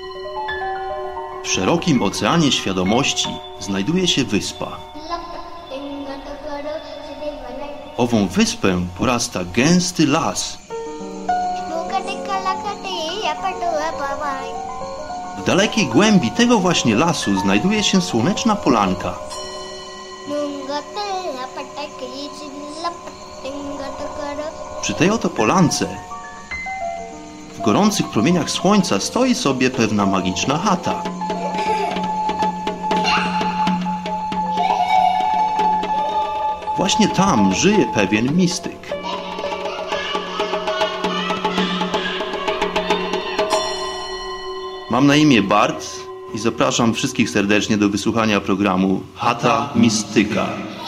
W szerokim oceanie świadomości znajduje się wyspa. Ową wyspę porasta gęsty las. W dalekiej głębi tego właśnie lasu znajduje się słoneczna polanka. Przy tej oto polance w gorących promieniach słońca stoi sobie pewna magiczna chata. Właśnie tam żyje pewien mistyk. Mam na imię Bart i zapraszam wszystkich serdecznie do wysłuchania programu Chata Mistyka.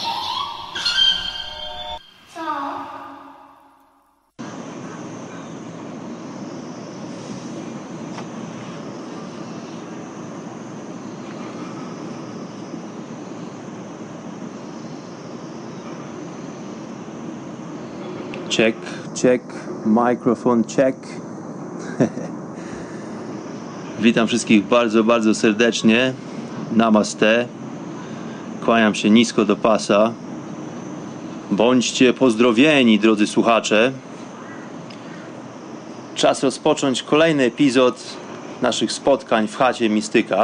Check, microphone check. Witam wszystkich bardzo, bardzo serdecznie. Namaste. Kłaniam się nisko do pasa. Bądźcie pozdrowieni, drodzy słuchacze. Czas rozpocząć kolejny epizod naszych spotkań w chacie Mistyka.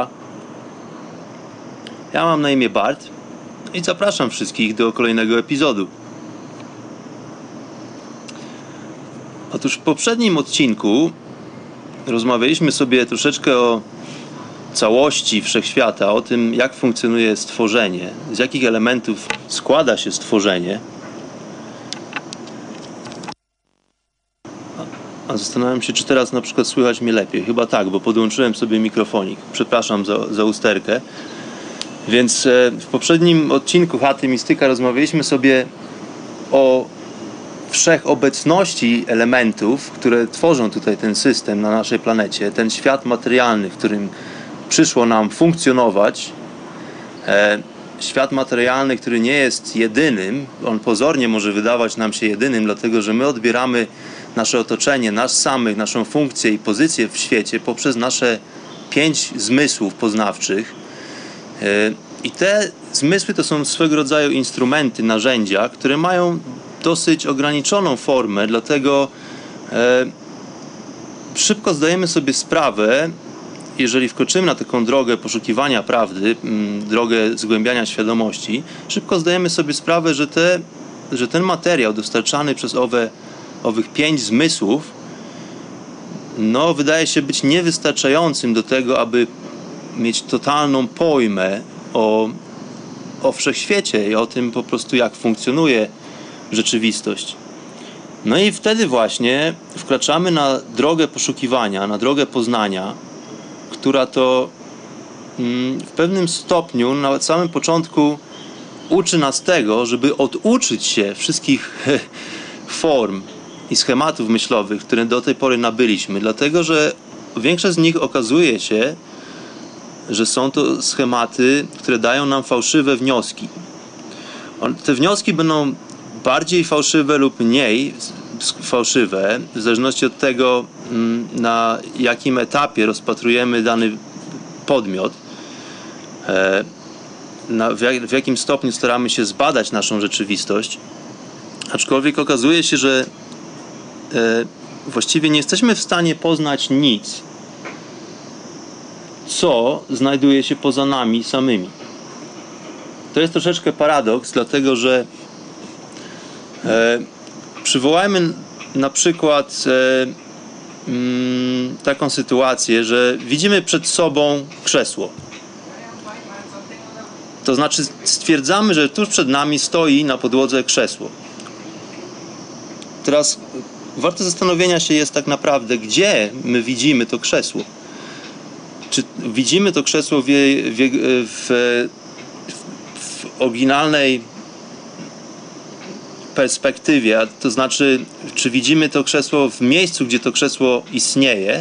Ja mam na imię Bart i zapraszam wszystkich do kolejnego epizodu. Otóż w poprzednim odcinku rozmawialiśmy sobie troszeczkę o całości wszechświata, o tym, jak funkcjonuje stworzenie, z jakich elementów składa się stworzenie. A zastanawiam się, czy teraz na przykład słychać mnie lepiej. Chyba tak, bo podłączyłem sobie mikrofonik. Przepraszam za usterkę. Więc w poprzednim odcinku Chaty Mistyka rozmawialiśmy sobie o wszechobecności elementów, które tworzą tutaj ten system na naszej planecie, ten świat materialny, w którym przyszło nam funkcjonować. Świat materialny, który nie jest jedynym, on pozornie może wydawać nam się jedynym, dlatego że my odbieramy nasze otoczenie, nas samych, naszą funkcję i pozycję w świecie poprzez nasze 5 zmysłów poznawczych. I te zmysły to są swego rodzaju instrumenty, narzędzia, które mają dosyć ograniczoną formę, dlatego szybko zdajemy sobie sprawę, jeżeli wkroczymy na taką drogę poszukiwania prawdy, drogę zgłębiania świadomości, szybko zdajemy sobie sprawę, że ten materiał dostarczany przez owych 5 zmysłów wydaje się być niewystarczającym do tego, aby mieć totalną pojmę o wszechświecie i o tym po prostu, jak funkcjonuje rzeczywistość. No i wtedy właśnie wkraczamy na drogę poszukiwania, na drogę poznania, która to w pewnym stopniu na samym początku uczy nas tego, żeby oduczyć się wszystkich form i schematów myślowych, które do tej pory nabyliśmy, dlatego że większość z nich okazuje się, że są to schematy, które dają nam fałszywe wnioski. Te wnioski będą bardziej fałszywe lub mniej fałszywe, w zależności od tego, na jakim etapie rozpatrujemy dany podmiot, w jakim stopniu staramy się zbadać naszą rzeczywistość. Aczkolwiek okazuje się, że właściwie nie jesteśmy w stanie poznać nic, co znajduje się poza nami samymi. To jest troszeczkę paradoks, dlatego że przywołajmy na przykład taką sytuację, że widzimy przed sobą krzesło. To znaczy stwierdzamy, że tuż przed nami stoi na podłodze krzesło. Teraz warto zastanowienia się jest tak naprawdę, gdzie my widzimy to krzesło. Czy widzimy to krzesło w oryginalnej perspektywie, to znaczy, czy widzimy to krzesło w miejscu, gdzie to krzesło istnieje?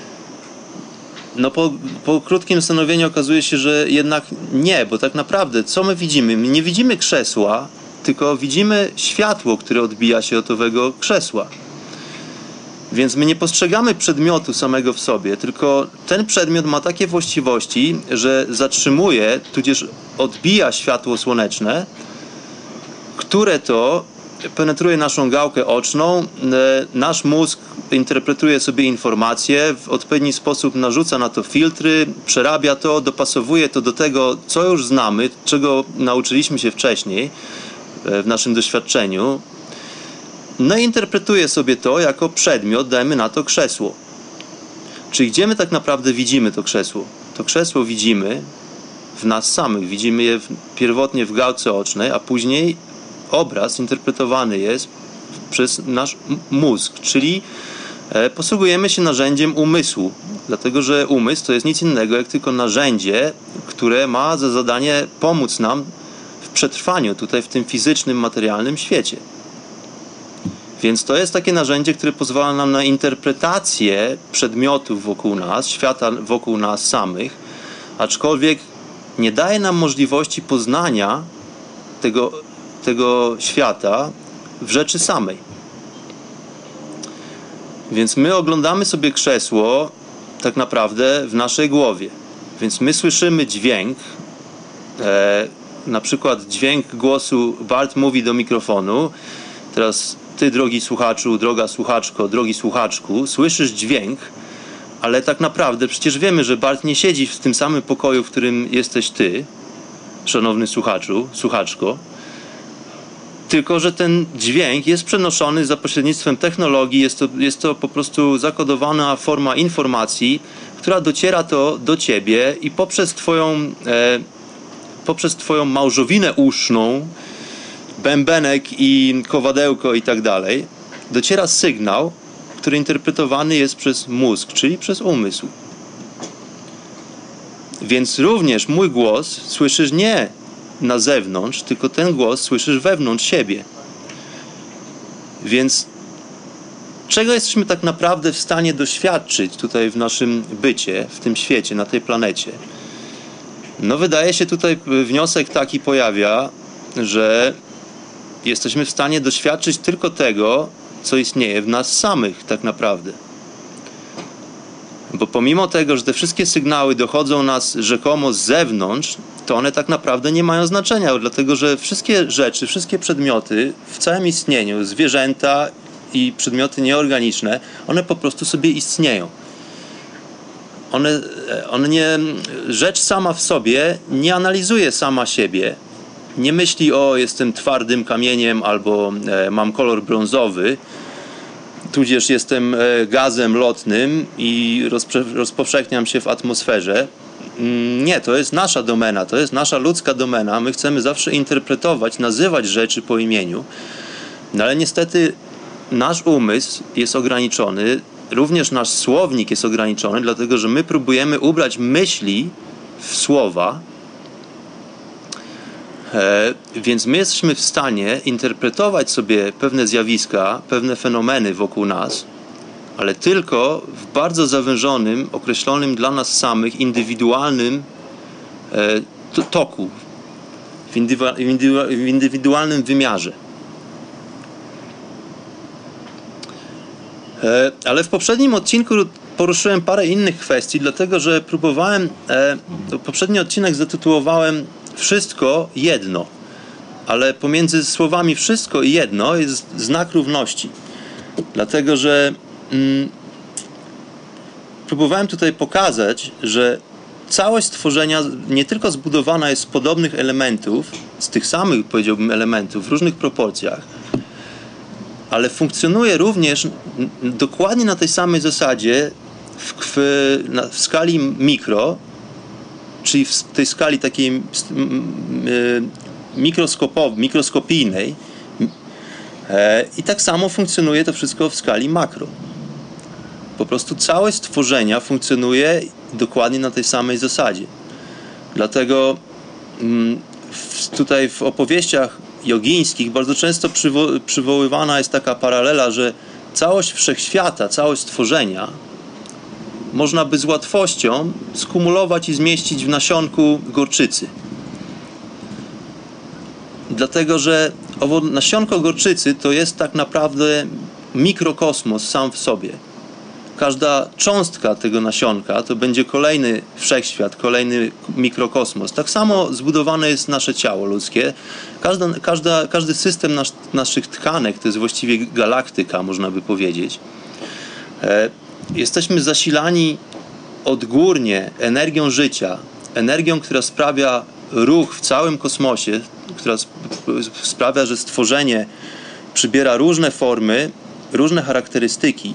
Po krótkim zastanowieniu okazuje się, że jednak nie, bo tak naprawdę co my widzimy? My nie widzimy krzesła, tylko widzimy światło, które odbija się od owego krzesła. Więc my nie postrzegamy przedmiotu samego w sobie, tylko ten przedmiot ma takie właściwości, że zatrzymuje, tudzież odbija światło słoneczne, które to penetruje naszą gałkę oczną, nasz mózg interpretuje sobie informacje, w odpowiedni sposób narzuca na to filtry, przerabia to, dopasowuje to do tego, co już znamy, czego nauczyliśmy się wcześniej w naszym doświadczeniu. No i interpretuje sobie to jako przedmiot, dajmy na to krzesło. Czyli gdzie my tak naprawdę widzimy to krzesło? To krzesło widzimy w nas samych, widzimy je pierwotnie w gałce ocznej, a później obraz interpretowany jest przez nasz mózg, czyli posługujemy się narzędziem umysłu, dlatego że umysł to jest nic innego jak tylko narzędzie, które ma za zadanie pomóc nam w przetrwaniu tutaj w tym fizycznym, materialnym świecie. Więc to jest takie narzędzie, które pozwala nam na interpretację przedmiotów wokół nas, świata wokół nas samych, aczkolwiek nie daje nam możliwości poznania tego świata w rzeczy samej. Więc my oglądamy sobie krzesło tak naprawdę w naszej głowie. Więc my słyszymy dźwięk, na przykład dźwięk głosu Bart mówi do mikrofonu. Teraz ty, drogi słuchaczu, droga słuchaczko, drogi słuchaczku, słyszysz dźwięk, ale tak naprawdę przecież wiemy, że Bart nie siedzi w tym samym pokoju, w którym jesteś ty, szanowny słuchaczu, słuchaczko, tylko że ten dźwięk jest przenoszony za pośrednictwem technologii, jest to po prostu zakodowana forma informacji, która dociera to do ciebie i poprzez twoją małżowinę uszną, bębenek i kowadełko i tak dalej, dociera sygnał, który interpretowany jest przez mózg, czyli przez umysł. Więc również mój głos słyszysz nie na zewnątrz, tylko ten głos słyszysz wewnątrz siebie. Więc czego jesteśmy tak naprawdę w stanie doświadczyć tutaj w naszym bycie, w tym świecie, na tej planecie? No wydaje się tutaj wniosek taki pojawia, że jesteśmy w stanie doświadczyć tylko tego, co istnieje w nas samych tak naprawdę. Bo pomimo tego, że te wszystkie sygnały dochodzą nas rzekomo z zewnątrz, to one tak naprawdę nie mają znaczenia, dlatego że wszystkie rzeczy, wszystkie przedmioty w całym istnieniu, zwierzęta i przedmioty nieorganiczne, one po prostu sobie istnieją. Rzecz sama w sobie nie analizuje sama siebie, nie myśli o jestem twardym kamieniem albo mam kolor brązowy, tudzież jestem gazem lotnym i rozpowszechniam się w atmosferze. Nie, to jest nasza domena, to jest nasza ludzka domena. My chcemy zawsze interpretować, nazywać rzeczy po imieniu, no ale niestety nasz umysł jest ograniczony, również nasz słownik jest ograniczony, dlatego że my próbujemy ubrać myśli w słowa, więc my jesteśmy w stanie interpretować sobie pewne zjawiska, pewne fenomeny wokół nas, ale tylko w bardzo zawężonym, określonym dla nas samych, indywidualnym toku, w indywidualnym wymiarze. Ale w poprzednim odcinku poruszyłem parę innych kwestii, dlatego że poprzedni odcinek zatytułowałem Wszystko jedno, ale pomiędzy słowami wszystko i jedno jest znak równości. Dlatego, że próbowałem tutaj pokazać, że całość stworzenia nie tylko zbudowana jest z podobnych elementów, z tych samych, powiedziałbym, elementów w różnych proporcjach, ale funkcjonuje również dokładnie na tej samej zasadzie w skali mikro, czyli w tej skali takiej mikroskopijnej, i tak samo funkcjonuje to wszystko w skali makro. Po prostu całość stworzenia funkcjonuje dokładnie na tej samej zasadzie. Dlatego tutaj w opowieściach jogińskich bardzo często przywoływana jest taka paralela, że całość wszechświata, całość stworzenia można by z łatwością skumulować i zmieścić w nasionku gorczycy. Dlatego, że owo nasionko gorczycy to jest tak naprawdę mikrokosmos sam w sobie. Każda cząstka tego nasionka to będzie kolejny wszechświat, kolejny mikrokosmos. Tak samo zbudowane jest nasze ciało ludzkie. Każdy system naszych tkanek to jest właściwie galaktyka, można by powiedzieć. Jesteśmy zasilani odgórnie energią życia, energią, która sprawia ruch w całym kosmosie, która sprawia, że stworzenie przybiera różne formy, różne charakterystyki.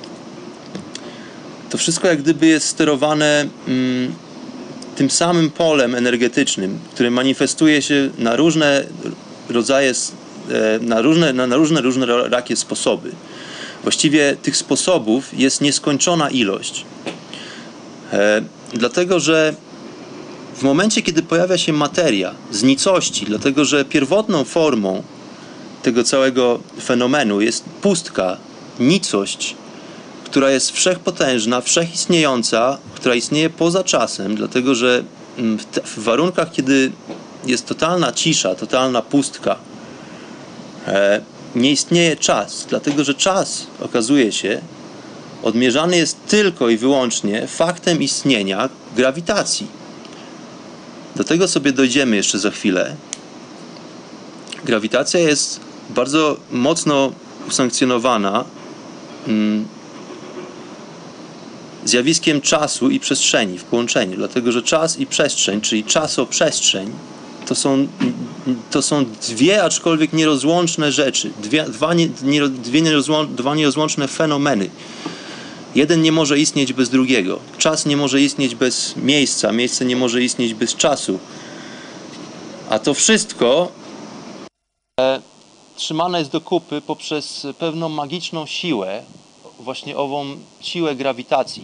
To wszystko jak gdyby jest sterowane tym samym polem energetycznym, które manifestuje się na różne rodzaje, na różne rakie sposoby. Właściwie tych sposobów jest nieskończona ilość. Dlatego, że w momencie, kiedy pojawia się materia z nicości, dlatego, że pierwotną formą tego całego fenomenu jest pustka, nicość, która jest wszechpotężna, wszechistniejąca, która istnieje poza czasem, dlatego, że w warunkach, kiedy jest totalna cisza, totalna pustka, nie istnieje czas, dlatego, że czas, okazuje się, odmierzany jest tylko i wyłącznie faktem istnienia grawitacji. Do tego sobie dojdziemy jeszcze za chwilę. Grawitacja jest bardzo mocno usankcjonowana zjawiskiem czasu i przestrzeni w połączeniu, dlatego że czas i przestrzeń, czyli czasoprzestrzeń, to są dwie, aczkolwiek nierozłączne rzeczy, dwa nierozłączne fenomeny. Jeden nie może istnieć bez drugiego. Czas nie może istnieć bez miejsca, miejsce nie może istnieć bez czasu. A to wszystko trzymane jest do kupy poprzez pewną magiczną siłę, właśnie ową siłę grawitacji.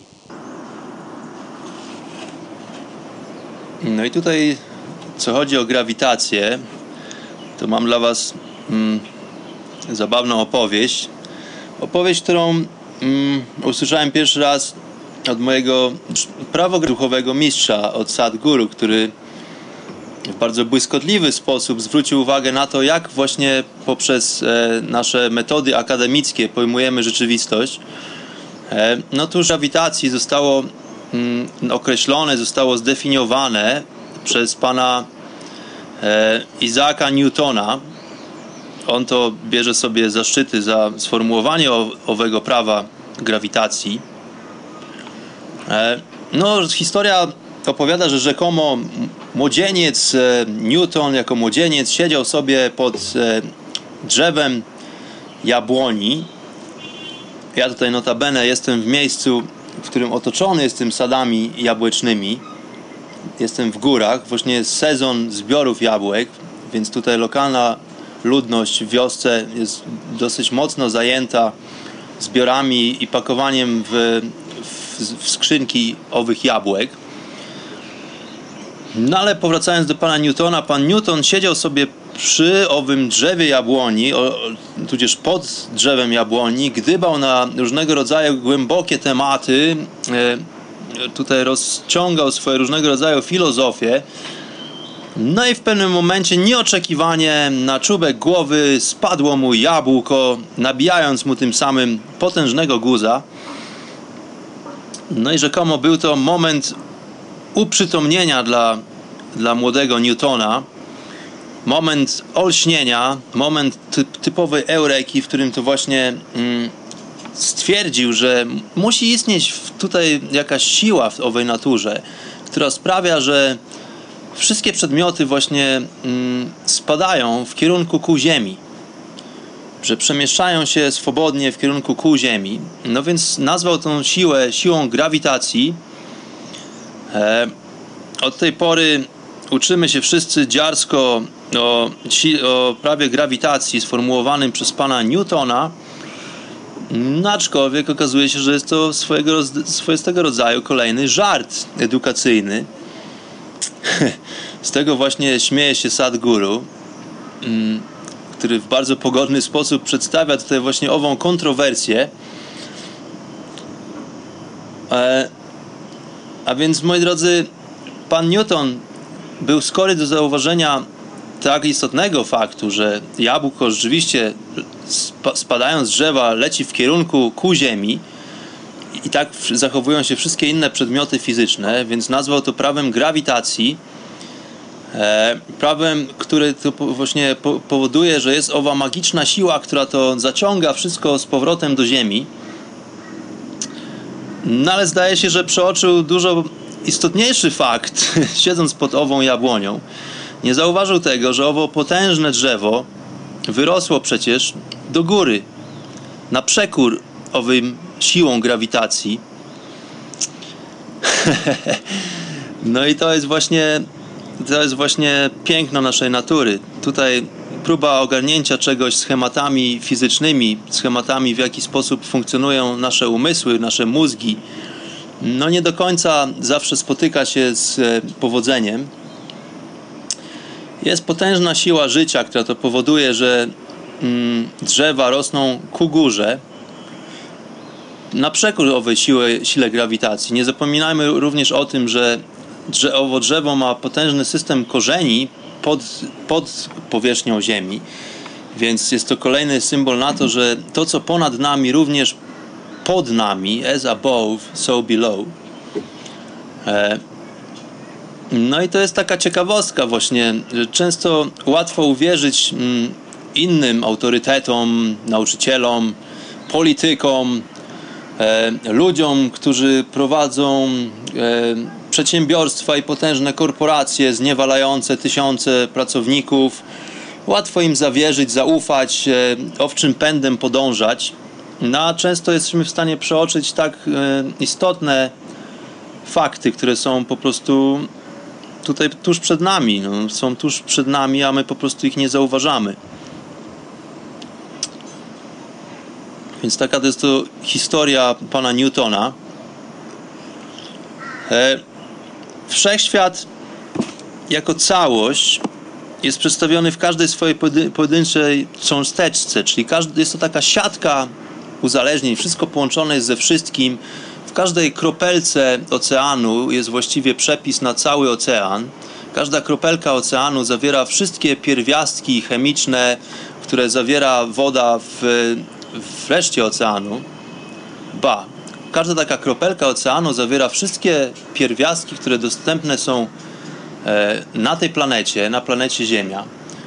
No i tutaj, co chodzi o grawitację, to mam dla Was zabawną opowieść. Opowieść, którą usłyszałem pierwszy raz od mojego prawoduchowego mistrza, od Sadhguru, który w bardzo błyskotliwy sposób zwrócił uwagę na to, jak właśnie poprzez nasze metody akademickie pojmujemy rzeczywistość. No tuż grawitacji zostało określone, zostało zdefiniowane przez pana Isaaca Newtona. On to bierze sobie zaszczyty za sformułowanie owego prawa grawitacji. No, historia opowiada, że rzekomo młodzieniec, Newton jako młodzieniec siedział sobie pod drzewem jabłoni. Ja tutaj notabene jestem w miejscu, w którym otoczony jestem sadami jabłecznymi. Jestem w górach, właśnie jest sezon zbiorów jabłek, więc tutaj lokalna ludność w wiosce jest dosyć mocno zajęta zbiorami i pakowaniem w skrzynki owych jabłek. No ale powracając do pana Newtona, pan Newton siedział sobie przy owym drzewie jabłoni, tudzież pod drzewem jabłoni, gdybał na różnego rodzaju głębokie tematy, tutaj rozciągał swoje różnego rodzaju filozofie. No i w pewnym momencie nieoczekiwanie na czubek głowy spadło mu jabłko, nabijając mu tym samym potężnego guza. No i rzekomo był to moment uprzytomnienia dla młodego Newtona, moment olśnienia, moment typowej eureki, w którym to właśnie stwierdził, że musi istnieć tutaj jakaś siła w owej naturze, która sprawia, że wszystkie przedmioty właśnie spadają w kierunku ku Ziemi, że przemieszczają się swobodnie w kierunku ku Ziemi. No więc nazwał tą siłę siłą grawitacji. Od tej pory uczymy się wszyscy dziarsko o prawie grawitacji sformułowanym przez pana Newtona, aczkolwiek okazuje się, że jest to swoistego rodzaju kolejny żart edukacyjny. Z tego właśnie śmieje się Sadhguru, który w bardzo pogodny sposób przedstawia tutaj właśnie ową kontrowersję. A więc, moi drodzy, pan Newton był skory do zauważenia tak istotnego faktu, że jabłko rzeczywiście spadając z drzewa leci w kierunku ku Ziemi i tak zachowują się wszystkie inne przedmioty fizyczne, więc nazwał to prawem grawitacji. Prawem, które to właśnie powoduje, że jest owa magiczna siła, która to zaciąga wszystko z powrotem do Ziemi. No ale zdaje się, że przeoczył dużo istotniejszy fakt, siedząc pod ową jabłonią. Nie zauważył tego, że owo potężne drzewo wyrosło przecież do góry, na przekór owym siłą grawitacji. No i to jest właśnie piękno naszej natury. Tutaj próba ogarnięcia czegoś schematami fizycznymi, schematami, w jaki sposób funkcjonują nasze umysły, nasze mózgi, no nie do końca zawsze spotyka się z powodzeniem. Jest potężna siła życia, która to powoduje, że drzewa rosną ku górze na przekór owej sile grawitacji. Nie zapominajmy również o tym, że owo drzewo ma potężny system korzeni pod powierzchnią Ziemi, więc jest to kolejny symbol na to, że to, co ponad nami, również pod nami, as above, so below. No i to jest taka ciekawostka właśnie, że często łatwo uwierzyć innym autorytetom, nauczycielom, politykom, ludziom, którzy prowadzą przedsiębiorstwa i potężne korporacje zniewalające tysiące pracowników. Łatwo im zawierzyć, zaufać, owczym pędem podążać. No a często jesteśmy w stanie przeoczyć tak istotne fakty, które są po prostu tutaj tuż przed nami. No, są tuż przed nami, a my po prostu ich nie zauważamy. Więc taka to jest to historia pana Newtona. Wszechświat jako całość jest przedstawiony w każdej swojej pojedynczej cząsteczce, czyli jest to taka siatka uzależnień, wszystko połączone jest ze wszystkim. W każdej kropelce oceanu jest właściwie przepis na cały ocean. Każda kropelka oceanu zawiera wszystkie pierwiastki chemiczne, które zawiera woda w reszcie oceanu. Każda taka kropelka oceanu zawiera wszystkie pierwiastki, które dostępne są na tej planecie, na planecie Ziemia.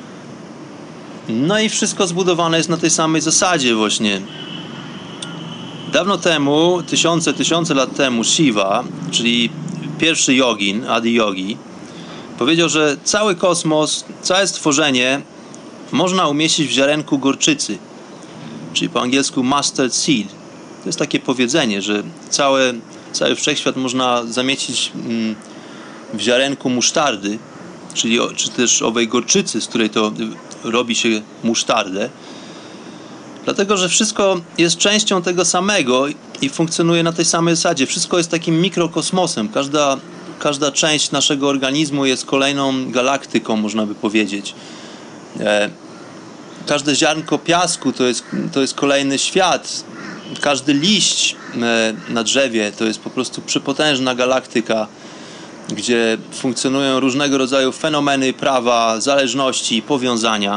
No i wszystko zbudowane jest na tej samej zasadzie właśnie. Dawno temu, tysiące lat temu Shiva, czyli pierwszy jogin, Adi Yogi, powiedział, że cały kosmos, całe stworzenie można umieścić w ziarenku gorczycy, czyli po angielsku mustard seed. To jest takie powiedzenie, że cały wszechświat można zamieścić w ziarenku musztardy, czy też owej gorczycy, z której to robi się musztardę. Dlatego, że wszystko jest częścią tego samego i funkcjonuje na tej samej zasadzie. Wszystko jest takim mikrokosmosem. Każda część naszego organizmu jest kolejną galaktyką, można by powiedzieć. Każde ziarnko piasku to jest kolejny świat. Każdy liść na drzewie to jest po prostu przepotężna galaktyka, gdzie funkcjonują różnego rodzaju fenomeny prawa, zależności, powiązania.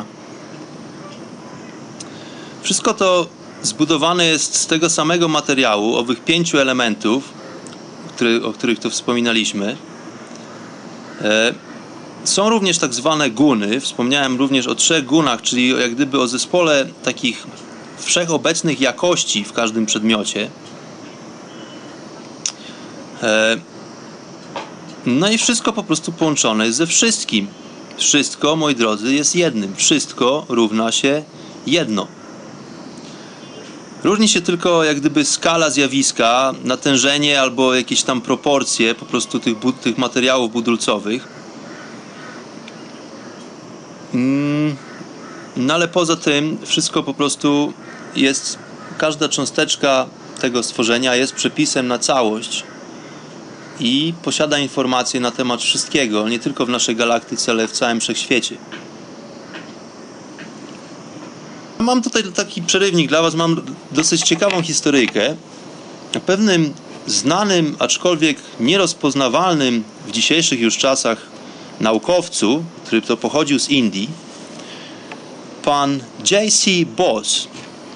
Wszystko to zbudowane jest z tego samego materiału, owych 5 elementów, o których tu wspominaliśmy. Są również tak zwane guny. Wspomniałem również o 3 gunach, czyli jak gdyby o zespole takich wszechobecnych jakości w każdym przedmiocie. No i wszystko po prostu połączone jest ze wszystkim. Wszystko, moi drodzy, jest jednym. Wszystko równa się jedno. Różni się tylko jak gdyby skala zjawiska, natężenie albo jakieś tam proporcje po prostu tych materiałów budulcowych. No ale poza tym wszystko po prostu jest, każda cząsteczka tego stworzenia jest przepisem na całość i posiada informacje na temat wszystkiego, nie tylko w naszej galaktyce, ale w całym wszechświecie. Mam tutaj taki przerywnik dla Was, mam dosyć ciekawą historyjkę o pewnym znanym, aczkolwiek nierozpoznawalnym w dzisiejszych już czasach naukowcu, który to pochodził z Indii. pan J.C. Bose.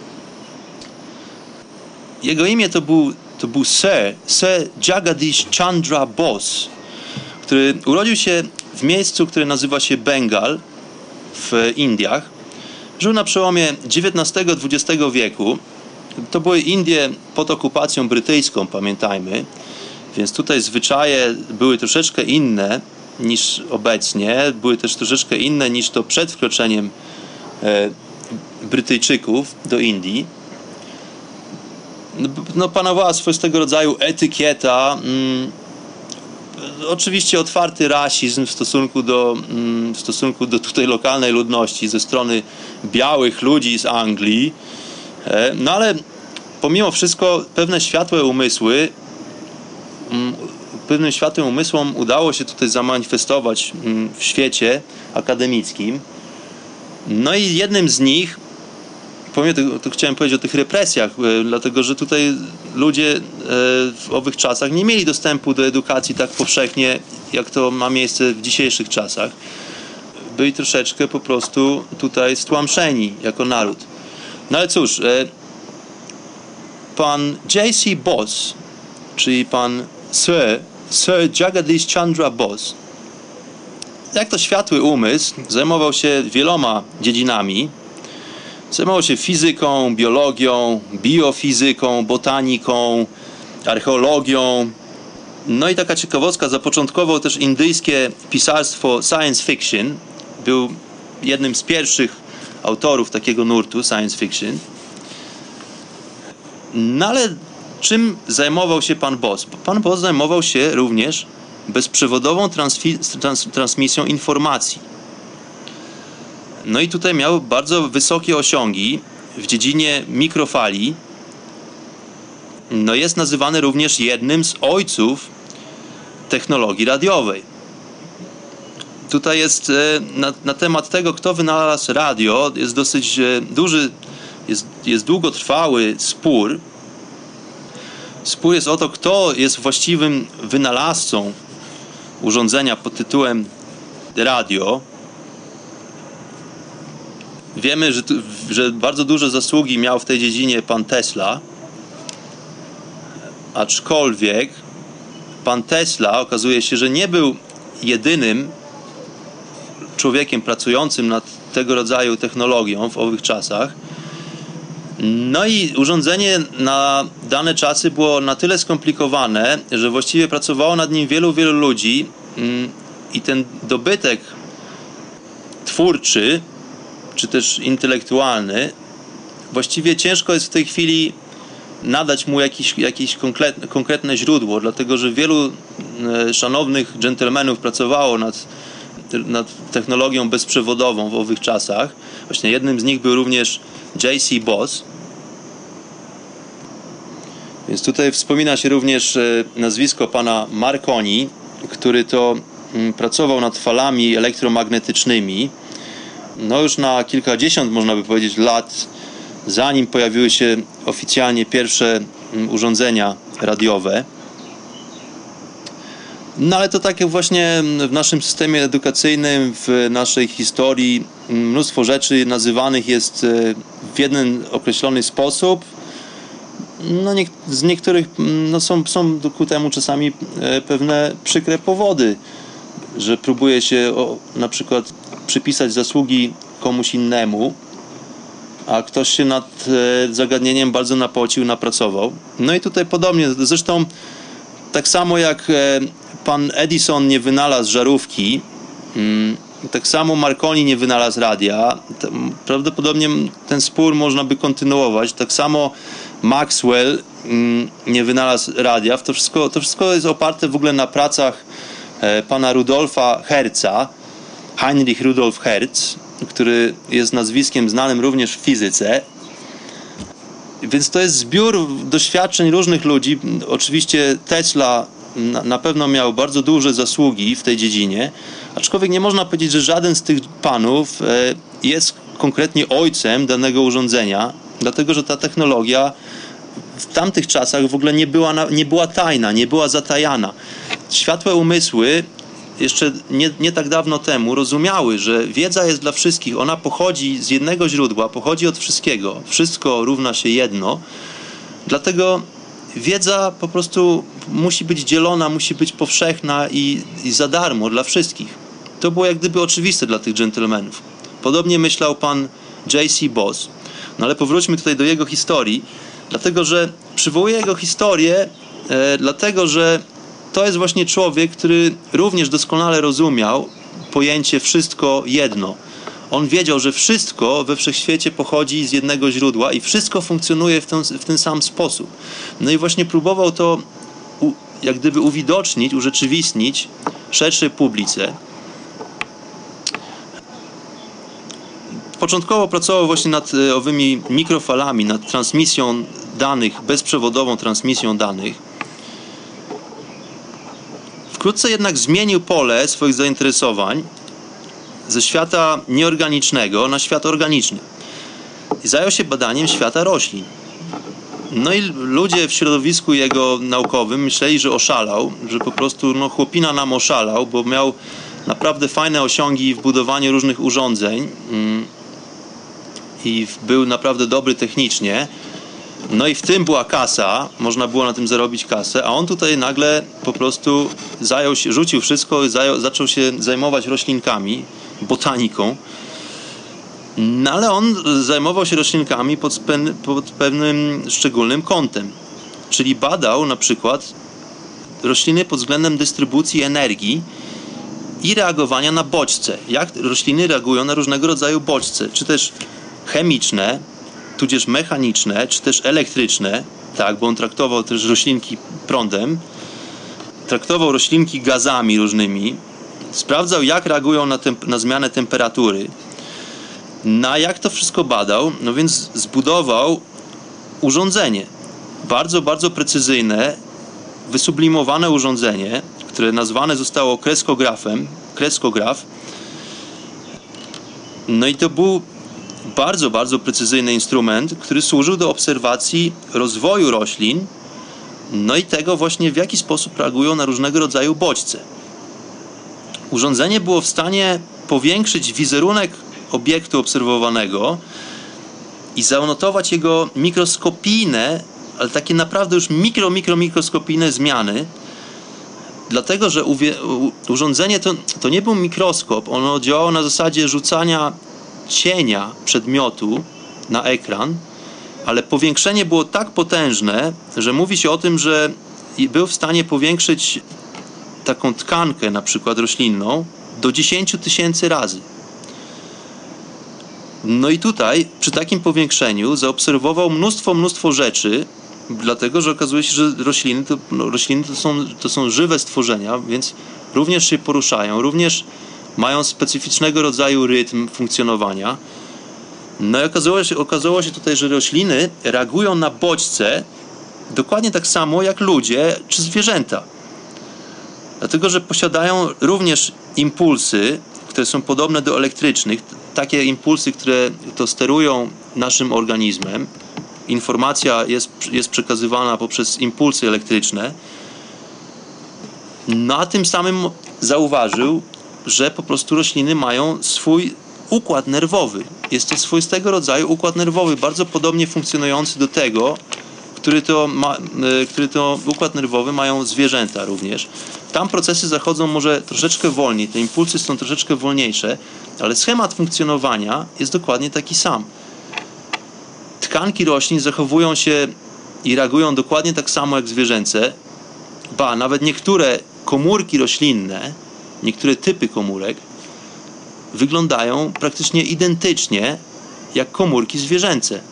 Jego imię to był Sir Jagadish Chandra Bose, który urodził się w miejscu, które nazywa się Bengal w Indiach. Żył na przełomie XIX-XX wieku. To były Indie pod okupacją brytyjską, pamiętajmy. Więc tutaj zwyczaje były troszeczkę inne niż obecnie. Były też troszeczkę inne niż to przed wkroczeniem Brytyjczyków do Indii. No, panowała swojego rodzaju etykieta. Oczywiście otwarty rasizm w stosunku do tutaj lokalnej ludności ze strony białych ludzi z Anglii. No ale pomimo wszystko pewnym światłym umysłom udało się tutaj zamanifestować w świecie akademickim. No i jednym z nich, pomimo tego, to chciałem powiedzieć o tych represjach, dlatego że tutaj ludzie w owych czasach nie mieli dostępu do edukacji tak powszechnie, jak to ma miejsce w dzisiejszych czasach. Byli troszeczkę po prostu tutaj stłamszeni jako naród. No ale cóż, pan J.C. Bose, czyli pan Sir Jagadish Chandra Bose, jak to światły umysł, zajmował się wieloma dziedzinami. Zajmował się fizyką, biologią, biofizyką, botaniką, archeologią. No i taka ciekawostka, zapoczątkował też indyjskie pisarstwo science fiction. Był jednym z pierwszych autorów takiego nurtu science fiction. No ale czym zajmował się pan Bose? Pan Bose zajmował się również bezprzewodową transmisją informacji. No i tutaj miał bardzo wysokie osiągi w dziedzinie mikrofali. No jest nazywany również jednym z ojców technologii radiowej. Tutaj jest na temat tego, kto wynalazł radio, jest dosyć duży, jest długotrwały spór. Spór jest o to, kto jest właściwym wynalazcą urządzenia pod tytułem radio. Wiemy, że bardzo duże zasługi miał w tej dziedzinie pan Tesla, aczkolwiek pan Tesla okazuje się, że nie był jedynym człowiekiem pracującym nad tego rodzaju technologią w owych czasach. No i urządzenie na dane czasy było na tyle skomplikowane, że właściwie pracowało nad nim wielu ludzi i ten dobytek twórczy czy też intelektualny, właściwie ciężko jest w tej chwili nadać mu jakieś konkretne źródło, dlatego że wielu szanownych dżentelmenów pracowało nad technologią bezprzewodową w owych czasach. Właśnie jednym z nich był również J.C. Bose. Więc tutaj wspomina się również nazwisko pana Marconi, który to pracował nad falami elektromagnetycznymi. No już na kilkadziesiąt, można by powiedzieć, lat, zanim pojawiły się oficjalnie pierwsze urządzenia radiowe. No ale to tak jak właśnie w naszym systemie edukacyjnym, w naszej historii mnóstwo rzeczy nazywanych jest w jeden określony sposób. No z niektórych są ku temu czasami pewne przykre powody, że próbuje się na przykład przypisać zasługi komuś innemu, a ktoś się nad zagadnieniem bardzo napocił, napracował. No i tutaj podobnie, zresztą tak samo jak pan Edison nie wynalazł żarówki, tak samo Marconi nie wynalazł radia. Prawdopodobnie ten spór można by kontynuować. Tak samo Maxwell nie wynalazł radia. To wszystko jest oparte w ogóle na pracach pana Rudolfa Hertza, Heinrich Rudolf Hertz, który jest nazwiskiem znanym również w fizyce. Więc to jest zbiór doświadczeń różnych ludzi. Oczywiście Tesla na pewno miał bardzo duże zasługi w tej dziedzinie, aczkolwiek nie można powiedzieć, że żaden z tych panów jest konkretnie ojcem danego urządzenia, dlatego że ta technologia w tamtych czasach w ogóle nie była tajna, nie była zatajana. Światłe umysły jeszcze nie tak dawno temu rozumiały, że wiedza jest dla wszystkich, ona pochodzi z jednego źródła, pochodzi od wszystkiego, wszystko równa się jedno, dlatego wiedza po prostu musi być dzielona, musi być powszechna i za darmo dla wszystkich. To było jak gdyby oczywiste dla tych dżentelmenów. Podobnie myślał pan J.C. Bose. No ale powróćmy tutaj do jego historii, dlatego że przywołuję jego historię, dlatego że to jest właśnie człowiek, który również doskonale rozumiał pojęcie wszystko jedno. On wiedział, że wszystko we wszechświecie pochodzi z jednego źródła i wszystko funkcjonuje w ten sam sposób. No i właśnie próbował to jak gdyby uwidocznić, urzeczywistnić szerszej publice. Początkowo pracował właśnie nad owymi mikrofalami, nad transmisją danych, bezprzewodową transmisją danych. Wkrótce jednak zmienił pole swoich zainteresowań ze świata nieorganicznego na świat organiczny. I zajął się badaniem świata roślin. No i ludzie w środowisku jego naukowym myśleli, że oszalał, że po prostu chłopina nam oszalał, bo miał naprawdę fajne osiągi w budowaniu różnych urządzeń i był naprawdę dobry technicznie. No i w tym była kasa, można było na tym zarobić kasę, a on tutaj nagle po prostu rzucił wszystko i zaczął się zajmować roślinkami, botaniką. No ale on zajmował się roślinkami pod pewnym szczególnym kątem. Czyli badał na przykład rośliny pod względem dystrybucji energii i reagowania na bodźce. Jak rośliny reagują na różnego rodzaju bodźce, czy też chemiczne, tudzież mechaniczne, czy też elektryczne, tak, bo on traktował też roślinki prądem, traktował roślinki gazami różnymi, sprawdzał, jak reagują na zmianę temperatury. No jak to wszystko badał? No więc zbudował urządzenie, bardzo, bardzo precyzyjne, wysublimowane urządzenie, które nazwane zostało kreskograf. No i to był bardzo, bardzo precyzyjny instrument, który służył do obserwacji rozwoju roślin, no i tego właśnie, w jaki sposób reagują na różnego rodzaju bodźce. Urządzenie było w stanie powiększyć wizerunek obiektu obserwowanego i zanotować jego mikroskopijne, ale takie naprawdę już mikroskopijne zmiany, dlatego że urządzenie to nie był mikroskop, ono działało na zasadzie rzucania cienia przedmiotu na ekran, ale powiększenie było tak potężne, że mówi się o tym, że był w stanie powiększyć taką tkankę, na przykład roślinną, do 10 000 razy. No i tutaj przy takim powiększeniu zaobserwował mnóstwo rzeczy, dlatego że okazuje się, że rośliny to są żywe stworzenia, więc również się poruszają, również mają specyficznego rodzaju rytm funkcjonowania. No i okazało się tutaj, że rośliny reagują na bodźce dokładnie tak samo jak ludzie czy zwierzęta. Dlatego, że posiadają również impulsy, które są podobne do elektrycznych, takie impulsy, które to sterują naszym organizmem. Informacja jest przekazywana poprzez impulsy elektryczne. No a tym samym zauważył, że po prostu rośliny mają swój układ nerwowy. Jest to swoistego rodzaju układ nerwowy, bardzo podobnie funkcjonujący do tego, który to układ nerwowy mają zwierzęta również. Tam procesy zachodzą może troszeczkę wolniej, te impulsy są troszeczkę wolniejsze, ale schemat funkcjonowania jest dokładnie taki sam. Tkanki roślin zachowują się i reagują dokładnie tak samo jak zwierzęce. Nawet niektóre komórki roślinne, niektóre typy komórek wyglądają praktycznie identycznie jak komórki zwierzęce.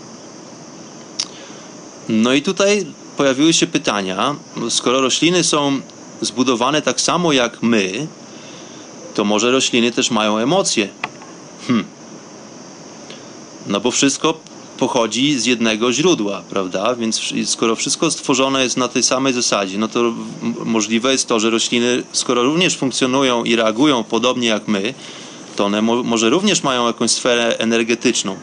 No i tutaj pojawiły się pytania, skoro rośliny są zbudowane tak samo jak my, to może rośliny też mają emocje? No bo wszystko pochodzi z jednego źródła, prawda? Więc skoro wszystko stworzone jest na tej samej zasadzie, no to możliwe jest to, że rośliny, skoro również funkcjonują i reagują podobnie jak my, to one może również mają jakąś sferę energetyczną.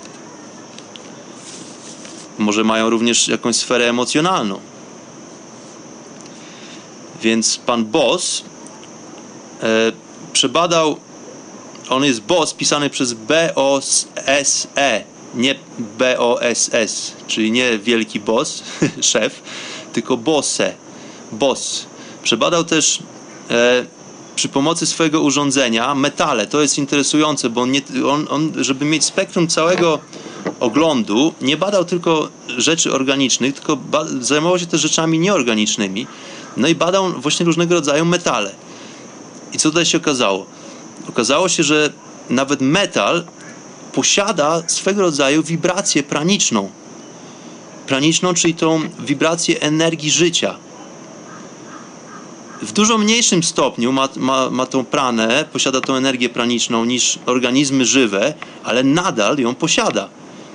Może mają również jakąś sferę emocjonalną. Więc pan Bose przebadał, on jest Boss pisany przez B-O-S-E, nie B-O-S-S, czyli nie wielki boss, szef, tylko Boss. Przebadał też przy pomocy swojego urządzenia metale. To jest interesujące, bo on, żeby mieć spektrum całego oglądu, nie badał tylko rzeczy organicznych, tylko zajmował się też rzeczami nieorganicznymi. No i badał właśnie różnego rodzaju metale. I co tutaj się okazało? Okazało się, że nawet metal posiada swego rodzaju wibrację praniczną. Praniczną, czyli tą wibrację energii życia. W dużo mniejszym stopniu ma tą pranę, posiada tą energię praniczną niż organizmy żywe, ale nadal ją posiada.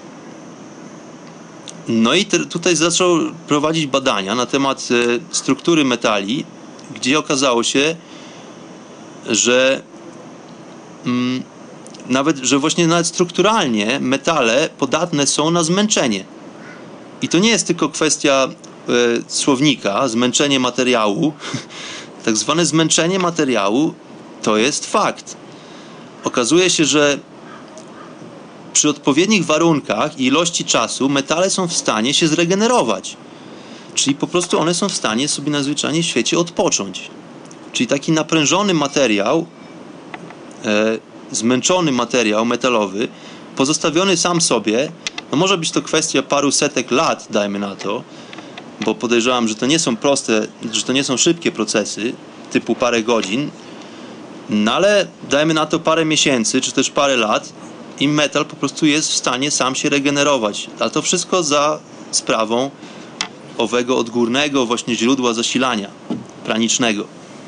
No i tutaj zaczął prowadzić badania na temat struktury metali, gdzie okazało się, że nawet strukturalnie metale podatne są na zmęczenie. I to nie jest tylko kwestia słownika, zmęczenie materiału. Tak zwane zmęczenie materiału to jest fakt. Okazuje się, że przy odpowiednich warunkach i ilości czasu metale są w stanie się zregenerować. Czyli po prostu one są w stanie sobie na zwyczajnie w świecie odpocząć. Czyli taki naprężony materiał, zmęczony materiał metalowy, pozostawiony sam sobie, no może być to kwestia paru setek lat, dajmy na to, bo podejrzewam, że to nie są proste, że to nie są szybkie procesy, typu parę godzin, no ale dajmy na to parę miesięcy, czy też parę lat i metal po prostu jest w stanie sam się regenerować. A to wszystko za sprawą owego odgórnego właśnie źródła zasilania pranicznego.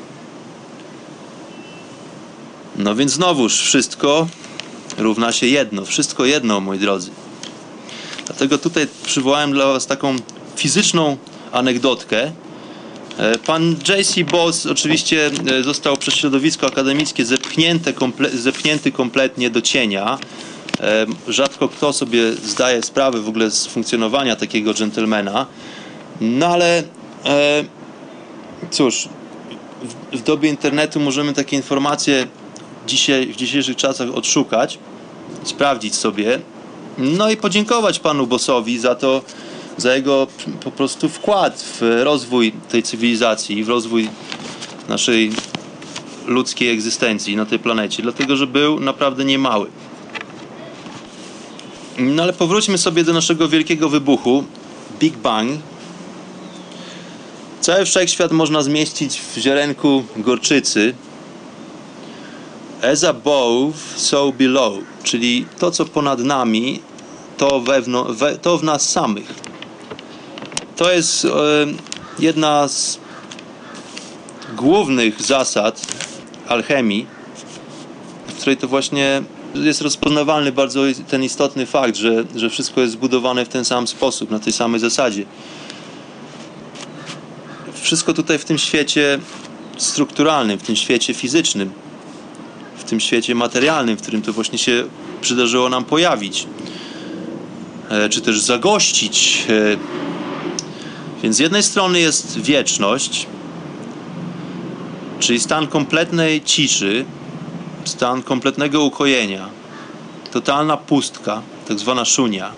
No więc znowuż wszystko równa się jedno. Wszystko jedno, moi drodzy. Dlatego tutaj przywołałem dla was taką fizyczną anegdotkę. Pan J.C. Boss oczywiście został przez środowisko akademickie zepchnięty kompletnie do cienia. Rzadko kto sobie zdaje sprawę w ogóle z funkcjonowania takiego dżentelmena. No ale cóż, w dobie internetu możemy takie informacje w dzisiejszych czasach odszukać, sprawdzić sobie, no i podziękować panu Bossowi za jego po prostu wkład w rozwój tej cywilizacji, w rozwój naszej ludzkiej egzystencji na tej planecie, dlatego że był naprawdę niemały. No ale powróćmy sobie do naszego wielkiego wybuchu, Big Bang. Cały wszechświat można zmieścić w ziarenku gorczycy. As above, so below, czyli to, co ponad nami, to w nas samych. To jest jedna z głównych zasad alchemii, w której to właśnie jest rozpoznawalny bardzo ten istotny fakt, że wszystko jest zbudowane w ten sam sposób, na tej samej zasadzie. Wszystko tutaj w tym świecie strukturalnym, w tym świecie fizycznym, w tym świecie materialnym, w którym to właśnie się przydarzyło nam pojawić, czy też zagościć. Więc z jednej strony jest wieczność, czyli stan kompletnej ciszy, stan kompletnego ukojenia, totalna pustka, tak zwana szunia.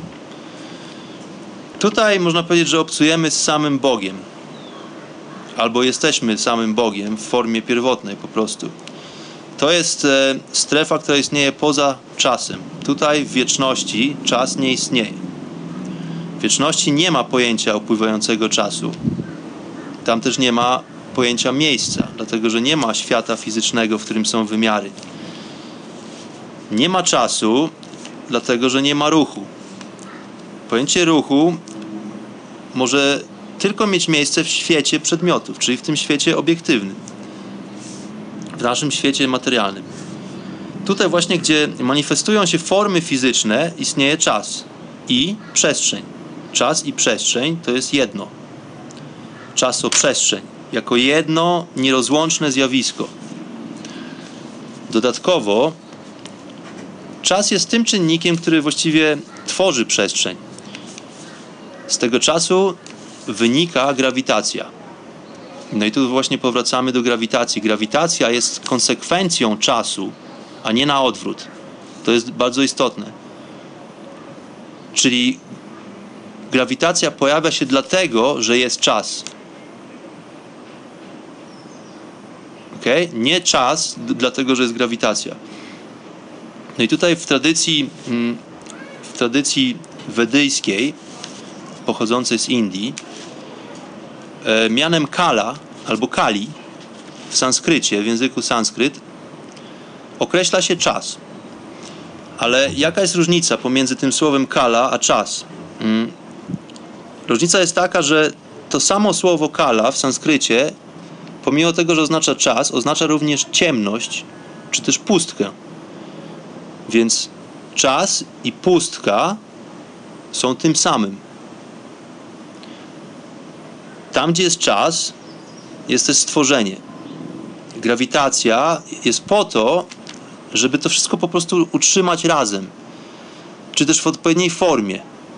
Tutaj można powiedzieć, że obcujemy z samym Bogiem, albo jesteśmy samym Bogiem w formie pierwotnej po prostu. To jest strefa, która istnieje poza czasem. Tutaj w wieczności czas nie istnieje. W wieczności nie ma pojęcia upływającego czasu. Tam też nie ma pojęcia miejsca, dlatego że nie ma świata fizycznego, w którym są wymiary. Nie ma czasu, dlatego że nie ma ruchu. Pojęcie ruchu może tylko mieć miejsce w świecie przedmiotów, czyli w tym świecie obiektywnym, w naszym świecie materialnym. Tutaj właśnie, gdzie manifestują się formy fizyczne, istnieje czas i przestrzeń. Czas i przestrzeń to jest jedno. Czasoprzestrzeń jako jedno nierozłączne zjawisko. Dodatkowo czas jest tym czynnikiem, który właściwie tworzy przestrzeń. Z tego czasu wynika grawitacja. No i tu właśnie powracamy do grawitacji. Grawitacja jest konsekwencją czasu, a nie na odwrót. To jest bardzo istotne. Czyli grawitacja pojawia się dlatego, że jest czas. Okay? Nie czas dlatego, że jest grawitacja. No i tutaj w tradycji wedyjskiej, pochodzącej z Indii, mianem kala albo kali w sanskrycie, w języku sanskryt, określa się czas. Ale jaka jest różnica pomiędzy tym słowem kala a czas? Różnica jest taka, że to samo słowo kala w sanskrycie, pomimo tego, że oznacza czas, oznacza również ciemność, czy też pustkę. Więc czas i pustka są tym samym. Tam, gdzie jest czas, jest też stworzenie. Grawitacja jest po to, żeby to wszystko po prostu utrzymać razem, czy też w odpowiedniej formie.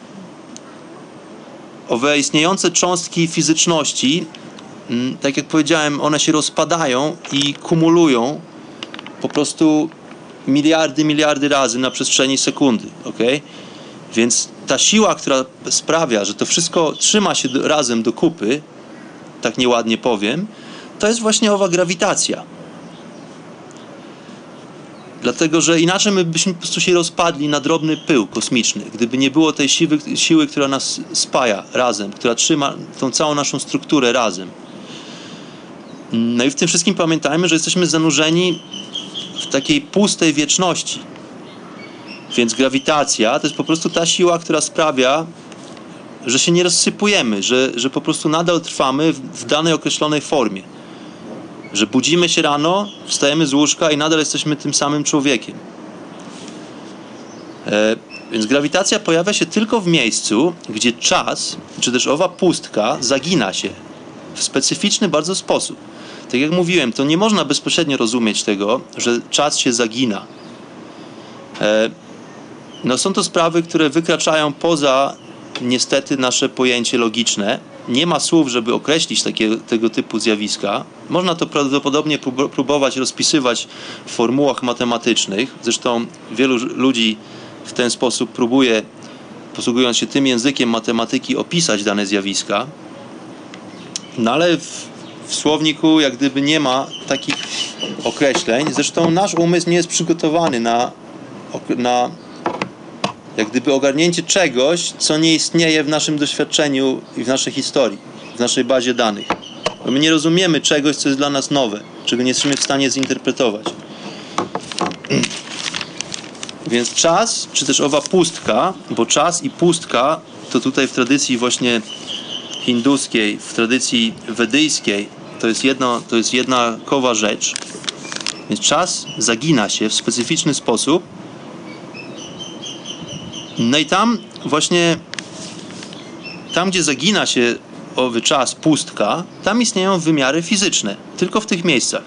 Owe istniejące cząstki fizyczności, tak jak powiedziałem, one się rozpadają i kumulują po prostu miliardy razy na przestrzeni sekundy. Okay? Więc ta siła, która sprawia, że to wszystko trzyma się razem do kupy, tak nieładnie powiem, to jest właśnie owa grawitacja. Dlatego, że inaczej my byśmy po prostu się rozpadli na drobny pył kosmiczny, gdyby nie było tej siły, która nas spaja razem, która trzyma tą całą naszą strukturę razem. No i w tym wszystkim pamiętajmy, że jesteśmy zanurzeni w takiej pustej wieczności. Więc grawitacja to jest po prostu ta siła, która sprawia, że się nie rozsypujemy, że po prostu nadal trwamy w danej określonej formie. Że budzimy się rano, wstajemy z łóżka i nadal jesteśmy tym samym człowiekiem. Więc grawitacja pojawia się tylko w miejscu, gdzie czas, czy też owa pustka zagina się w specyficzny bardzo sposób. Tak jak mówiłem, to nie można bezpośrednio rozumieć tego, że czas się zagina. No są to sprawy, które wykraczają poza niestety nasze pojęcie logiczne. Nie ma słów, żeby określić tego typu zjawiska. Można to prawdopodobnie próbować rozpisywać w formułach matematycznych. Zresztą wielu ludzi w ten sposób próbuje, posługując się tym językiem matematyki, opisać dane zjawiska. No ale w słowniku jak gdyby nie ma takich określeń. Zresztą nasz umysł nie jest przygotowany na jak gdyby ogarnięcie czegoś, co nie istnieje w naszym doświadczeniu i w naszej historii, w naszej bazie danych. Bo my nie rozumiemy czegoś, co jest dla nas nowe, czego nie jesteśmy w stanie zinterpretować. Więc czas, czy też owa pustka, bo czas i pustka to tutaj w tradycji właśnie hinduskiej, w tradycji wedyjskiej to jest jednakowa rzecz. Więc czas zagina się w specyficzny sposób. No i tam właśnie, tam gdzie zagina się owy czas, pustka, tam istnieją wymiary fizyczne. Tylko w tych miejscach.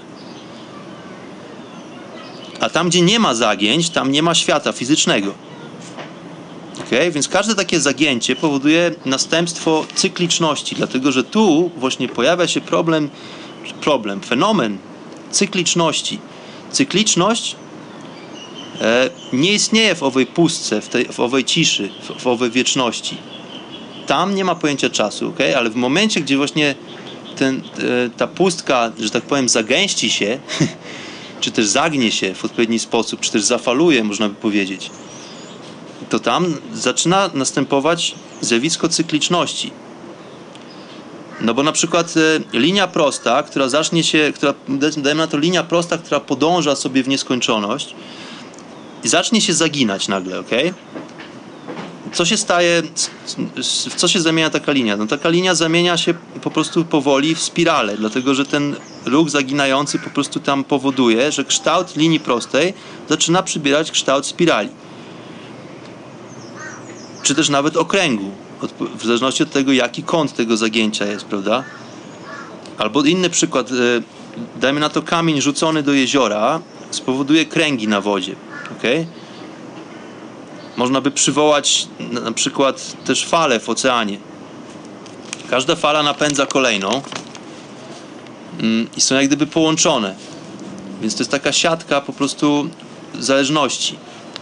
A tam gdzie nie ma zagięć, tam nie ma świata fizycznego. Okay? Więc każde takie zagięcie powoduje następstwo cykliczności, dlatego że tu właśnie pojawia się fenomen cykliczności. Cykliczność nie istnieje w owej pustce, w owej ciszy, w owej wieczności. Tam nie ma pojęcia czasu, okay? Ale w momencie, gdzie właśnie ta pustka, że tak powiem, zagęści się, czy też zagnie się w odpowiedni sposób, czy też zafaluje, można by powiedzieć, to tam zaczyna następować zjawisko cykliczności. No bo na przykład linia prosta, dajmy na to linia prosta, która podąża sobie w nieskończoność, i zacznie się zaginać nagle, ok? Co się staje, w co się zamienia taka linia? No taka linia zamienia się po prostu powoli w spiralę, dlatego że ten ruch zaginający po prostu tam powoduje, że kształt linii prostej zaczyna przybierać kształt spirali. Czy też nawet okręgu, w zależności od tego, jaki kąt tego zagięcia jest, prawda? Albo inny przykład, dajmy na to kamień rzucony do jeziora spowoduje kręgi na wodzie. Okay? Można by przywołać na przykład też fale w oceanie. Każda fala napędza kolejną. i są jak gdyby połączone. Więc to jest taka siatka po prostu zależności.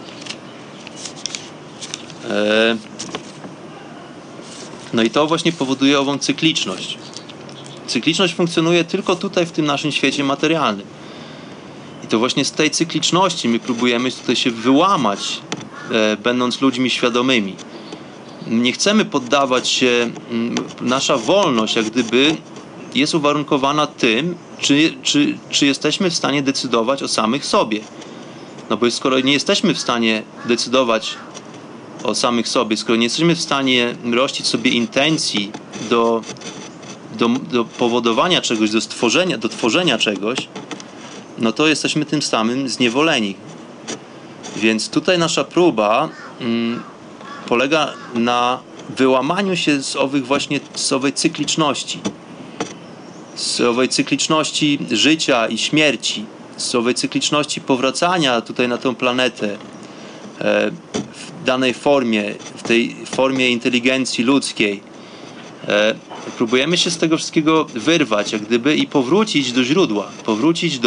No i to właśnie powoduje ową cykliczność. Cykliczność funkcjonuje tylko tutaj, w tym naszym świecie materialnym. I to właśnie z tej cykliczności my próbujemy tutaj się wyłamać, będąc ludźmi świadomymi. Nie chcemy poddawać się, nasza wolność jak gdyby jest uwarunkowana tym, czy jesteśmy w stanie decydować o samych sobie. No bo skoro nie jesteśmy w stanie decydować o samych sobie, skoro nie jesteśmy w stanie rościć sobie intencji do powodowania czegoś, do tworzenia czegoś, no to jesteśmy tym samym zniewoleni. Więc tutaj nasza próba polega na wyłamaniu się z owej cykliczności. Z owej cykliczności życia i śmierci. Z owej cykliczności powracania tutaj na tę planetę w danej formie, w tej formie inteligencji ludzkiej. Próbujemy się z tego wszystkiego wyrwać, jak gdyby, i powrócić do źródła, powrócić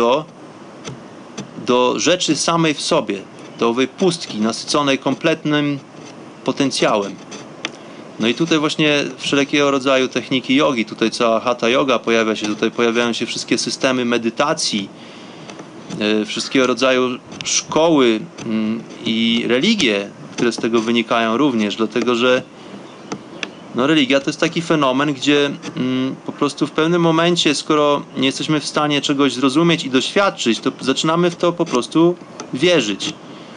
do rzeczy samej w sobie, do owej pustki nasyconej kompletnym potencjałem. No i tutaj właśnie wszelkiego rodzaju techniki jogi, tutaj cała hatha yoga pojawia się, tutaj pojawiają się wszystkie systemy medytacji, wszystkiego rodzaju szkoły i religie, które z tego wynikają również, dlatego że no, religia to jest taki fenomen, gdzie po prostu w pewnym momencie, skoro nie jesteśmy w stanie czegoś zrozumieć i doświadczyć, to zaczynamy w to po prostu wierzyć.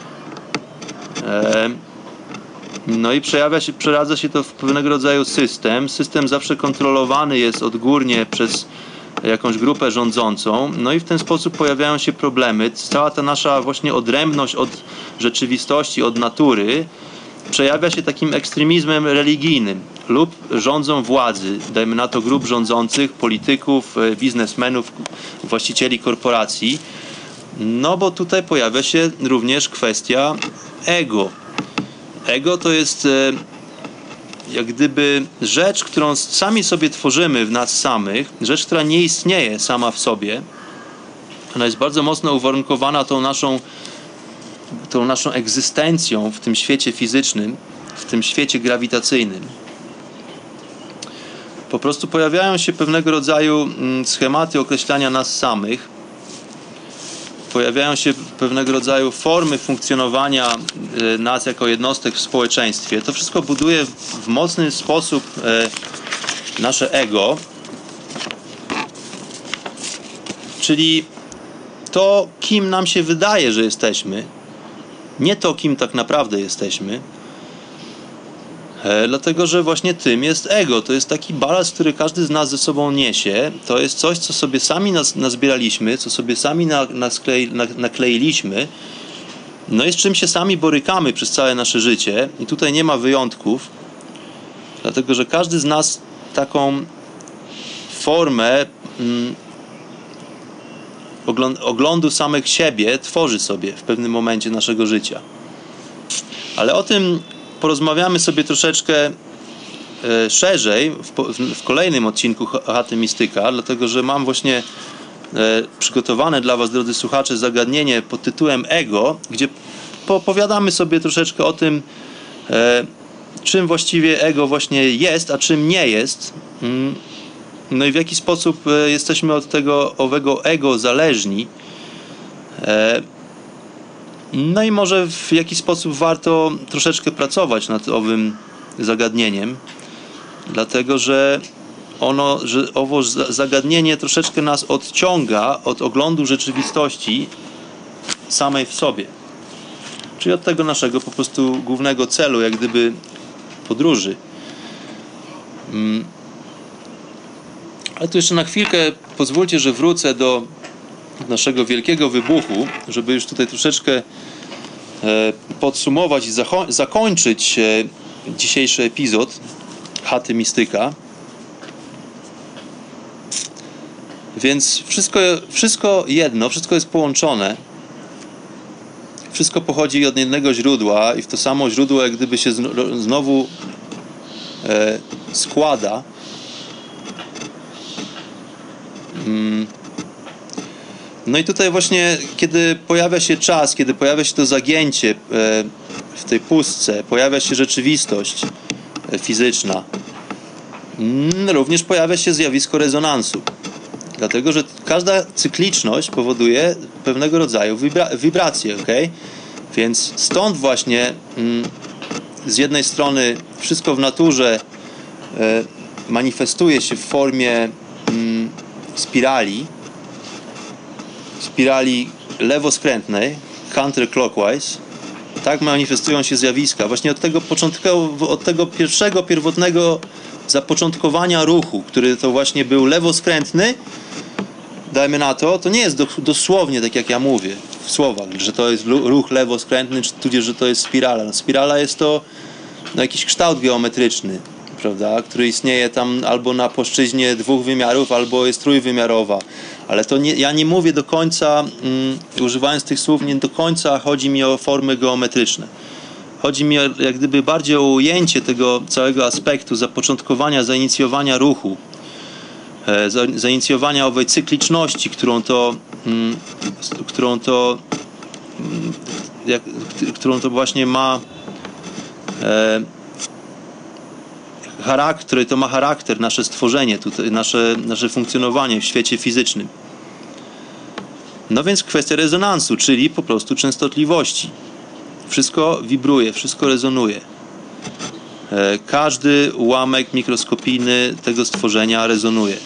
No i przeradza się to w pewnego rodzaju system. System zawsze kontrolowany jest odgórnie przez jakąś grupę rządzącą. No i w ten sposób pojawiają się problemy. Cała ta nasza właśnie odrębność od rzeczywistości, od natury przejawia się takim ekstremizmem religijnym lub rządzą władzy, dajmy na to grup rządzących, polityków, biznesmenów, właścicieli korporacji. No bo tutaj pojawia się również kwestia ego. Ego to jest jak gdyby rzecz, którą sami sobie tworzymy w nas samych, rzecz, która nie istnieje sama w sobie. Ona jest bardzo mocno uwarunkowana tą naszą egzystencją w tym świecie fizycznym, w tym świecie grawitacyjnym. Po prostu pojawiają się pewnego rodzaju schematy określania nas samych. Pojawiają się pewnego rodzaju formy funkcjonowania nas jako jednostek w społeczeństwie. To wszystko buduje w mocny sposób nasze ego, czyli to, kim nam się wydaje, że jesteśmy, nie to, kim tak naprawdę jesteśmy, dlatego że właśnie tym jest ego. To jest taki balast, który każdy z nas ze sobą niesie. To jest coś, co sobie sami nazbieraliśmy, co sobie sami nakleiliśmy. No i z czym się sami borykamy przez całe nasze życie. I tutaj nie ma wyjątków, dlatego że każdy z nas taką formę oglądu samych siebie tworzy sobie w pewnym momencie naszego życia. Ale o tym porozmawiamy sobie troszeczkę szerzej w kolejnym odcinku Hatty Mistyka, dlatego że mam właśnie przygotowane dla Was, drodzy słuchacze, zagadnienie pod tytułem Ego, gdzie poopowiadamy sobie troszeczkę o tym, czym właściwie ego właśnie jest, a czym nie jest. No i w jaki sposób jesteśmy od tego owego ego zależni. No i może w jaki sposób warto troszeczkę pracować nad owym zagadnieniem, dlatego że owo zagadnienie troszeczkę nas odciąga od oglądu rzeczywistości samej w sobie. Czyli od tego naszego po prostu głównego celu, jak gdyby podróży. Ale tu jeszcze na chwilkę pozwólcie, że wrócę do naszego wielkiego wybuchu, żeby już tutaj troszeczkę podsumować i zakończyć dzisiejszy epizod Hatty Mistyka. Więc wszystko jedno, wszystko jest połączone. Wszystko pochodzi od jednego źródła i w to samo źródło jak gdyby się znowu składa. No i tutaj właśnie, kiedy pojawia się czas, kiedy pojawia się to zagięcie w tej pustce, pojawia się rzeczywistość fizyczna, również pojawia się zjawisko rezonansu. Dlatego, że każda cykliczność powoduje pewnego rodzaju wibracje, okay? Więc stąd właśnie z jednej strony wszystko w naturze manifestuje się w formie spirali lewoskrętnej, counterclockwise. Tak manifestują się zjawiska. Właśnie od tego pierwotnego zapoczątkowania ruchu, który to właśnie był lewoskrętny, dajmy na to nie jest dosłownie tak jak ja mówię w słowach, że to jest ruch lewoskrętny, czy tudzież, że to jest spirala. Spirala jest to jakiś kształt geometryczny, prawda, który istnieje tam albo na płaszczyźnie 2 wymiarów, albo jest trójwymiarowa. Ale to ja nie mówię do końca, używając tych słów, nie do końca chodzi mi o formy geometryczne. Chodzi mi jak gdyby bardziej o ujęcie tego całego aspektu zapoczątkowania, zainicjowania ruchu, zainicjowania owej cykliczności, którą to właśnie ma charakter, to ma charakter nasze stworzenie, tutaj, nasze funkcjonowanie w świecie fizycznym. No więc kwestia rezonansu, czyli po prostu częstotliwości. Wszystko wibruje, wszystko rezonuje. Każdy ułamek mikroskopijny tego stworzenia rezonuje.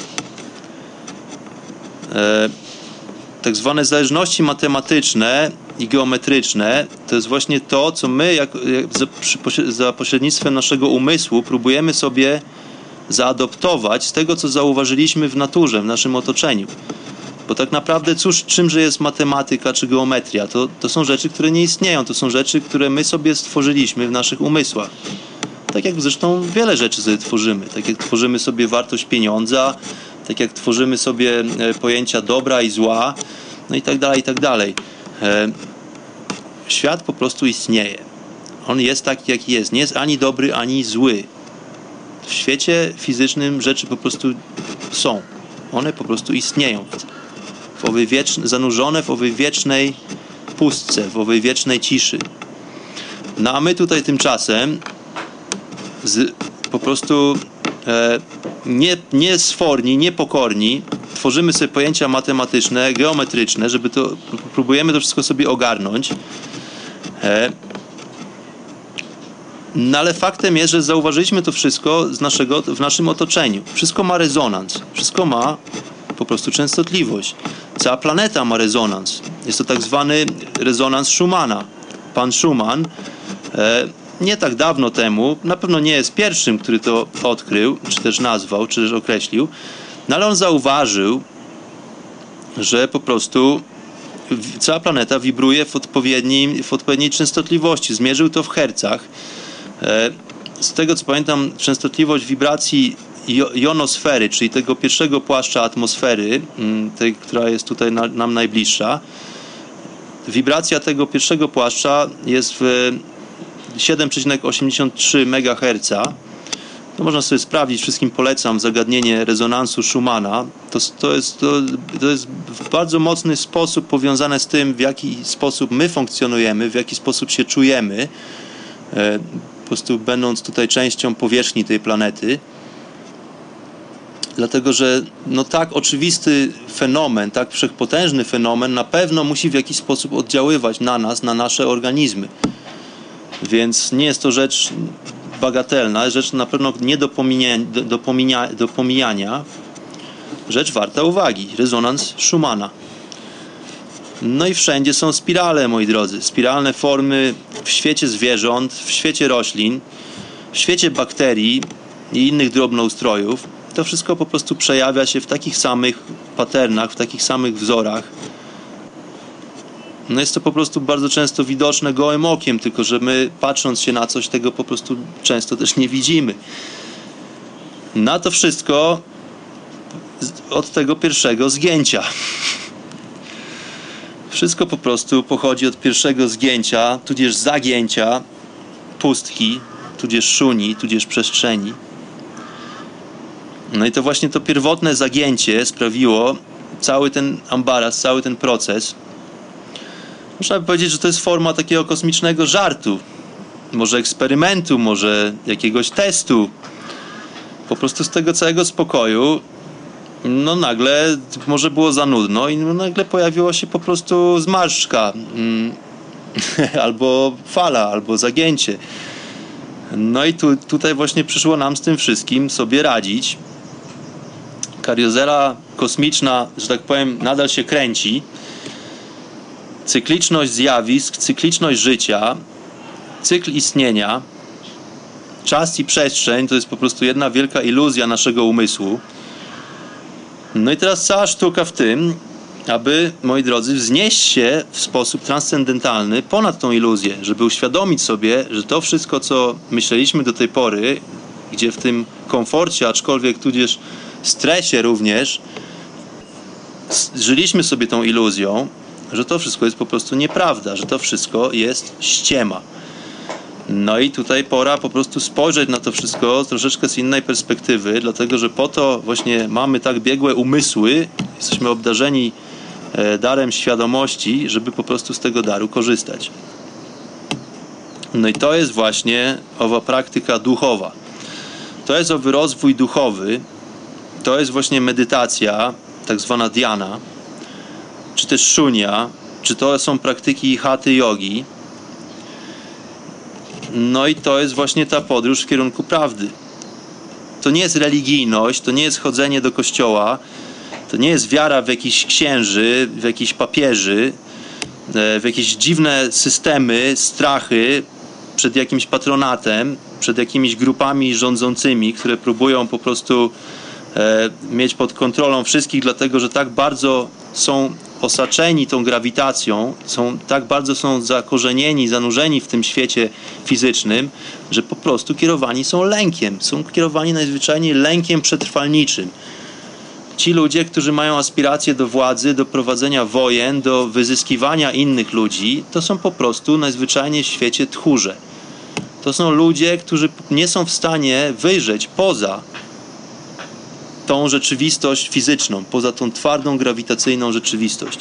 Tak zwane zależności matematyczne i geometryczne to jest właśnie to, co my za pośrednictwem naszego umysłu próbujemy sobie zaadoptować z tego, co zauważyliśmy w naturze, w naszym otoczeniu. Bo tak naprawdę czymże jest matematyka czy geometria? To są rzeczy, które nie istnieją. To są rzeczy, które my sobie stworzyliśmy w naszych umysłach. Tak jak zresztą wiele rzeczy sobie tworzymy. Tak jak tworzymy sobie wartość pieniądza, tak jak tworzymy sobie pojęcia dobra i zła, no i tak dalej, i tak dalej. Świat po prostu istnieje. On jest taki, jaki jest. Nie jest ani dobry, ani zły. W świecie fizycznym rzeczy po prostu są. One po prostu istnieją. Zanurzone w owej wiecznej pustce, w owej wiecznej ciszy. No a my tutaj tymczasem po prostu niesforni, niepokorni tworzymy sobie pojęcia matematyczne, geometryczne, próbujemy to wszystko sobie ogarnąć. No ale faktem jest, że zauważyliśmy to wszystko w naszym otoczeniu. Wszystko ma rezonans. Wszystko ma po prostu częstotliwość. Cała planeta ma rezonans. Jest to tak zwany rezonans Schumana. Pan Schumann nie tak dawno temu, na pewno nie jest pierwszym, który to odkrył, czy też nazwał, czy też określił, no ale on zauważył, że po prostu cała planeta wibruje w odpowiedniej częstotliwości. Zmierzył to w hercach. Z tego co pamiętam, częstotliwość wibracji jonosfery, czyli tego pierwszego płaszcza atmosfery, tej, która jest tutaj nam najbliższa, wibracja tego pierwszego płaszcza jest w 7,83 MHz. To można sobie sprawdzić, wszystkim polecam zagadnienie rezonansu Schumana. To jest w bardzo mocny sposób powiązane z tym, w jaki sposób my funkcjonujemy, w jaki sposób się czujemy, po prostu będąc tutaj częścią powierzchni tej planety. Dlatego, że tak oczywisty fenomen, tak wszechpotężny fenomen na pewno musi w jakiś sposób oddziaływać na nas, na nasze organizmy. Więc nie jest to rzecz bagatelna, rzecz na pewno nie do pomijania, rzecz warta uwagi. Rezonans Schumana. No i wszędzie są spirale, moi drodzy. Spiralne formy w świecie zwierząt, w świecie roślin, w świecie bakterii i innych drobnoustrojów. To wszystko po prostu przejawia się w takich samych patternach, w takich samych wzorach. No jest to po prostu bardzo często widoczne gołym okiem, tylko że my, patrząc się na coś, tego po prostu często też nie widzimy. Na to wszystko od tego pierwszego zgięcia. Wszystko po prostu pochodzi od pierwszego zgięcia, tudzież zagięcia pustki, tudzież szuni, tudzież przestrzeni. No i to właśnie to pierwotne zagięcie sprawiło cały ten ambaras, cały ten proces. Można by powiedzieć, że to jest forma takiego kosmicznego żartu. Może eksperymentu, może jakiegoś testu. Po prostu z tego całego spokoju no nagle może było za nudno i nagle pojawiła się po prostu zmarszczka. Albo fala, albo zagięcie. No i tutaj właśnie przyszło nam z tym wszystkim sobie radzić. Kariozela kosmiczna, że tak powiem, nadal się kręci. Cykliczność zjawisk, cykliczność życia, cykl istnienia, czas i przestrzeń to jest po prostu jedna wielka iluzja naszego umysłu. No i teraz cała sztuka w tym, aby, moi drodzy, wznieść się w sposób transcendentalny ponad tą iluzję, żeby uświadomić sobie, że to wszystko, co myśleliśmy do tej pory, gdzie w tym komforcie, aczkolwiek tudzież stresie również, żyliśmy sobie tą iluzją, że to wszystko jest po prostu nieprawda, że to wszystko jest ściema. No i tutaj pora po prostu spojrzeć na to wszystko troszeczkę z innej perspektywy, dlatego że po to właśnie mamy tak biegłe umysły, jesteśmy obdarzeni darem świadomości, żeby po prostu z tego daru korzystać. No i to jest właśnie owa praktyka duchowa. To jest owy rozwój duchowy, to jest właśnie medytacja, tak zwana dhyana, czy też shunya, czy to są praktyki hatha jogi. No i to jest właśnie ta podróż w kierunku prawdy. To nie jest religijność, to nie jest chodzenie do kościoła, to nie jest wiara w jakichś księży, w jakichś papieży, w jakieś dziwne systemy, strachy przed jakimś patronatem, przed jakimiś grupami rządzącymi, które próbują po prostu mieć pod kontrolą wszystkich, dlatego że tak bardzo są osaczeni tą grawitacją, tak bardzo są zakorzenieni, zanurzeni w tym świecie fizycznym, że po prostu kierowani są lękiem. Są kierowani najzwyczajniej lękiem przetrwalniczym. Ci ludzie, którzy mają aspiracje do władzy, do prowadzenia wojen, do wyzyskiwania innych ludzi, to są po prostu najzwyczajniej w świecie tchórze. To są ludzie, którzy nie są w stanie wyjrzeć poza tą rzeczywistość fizyczną, poza tą twardą, grawitacyjną rzeczywistość.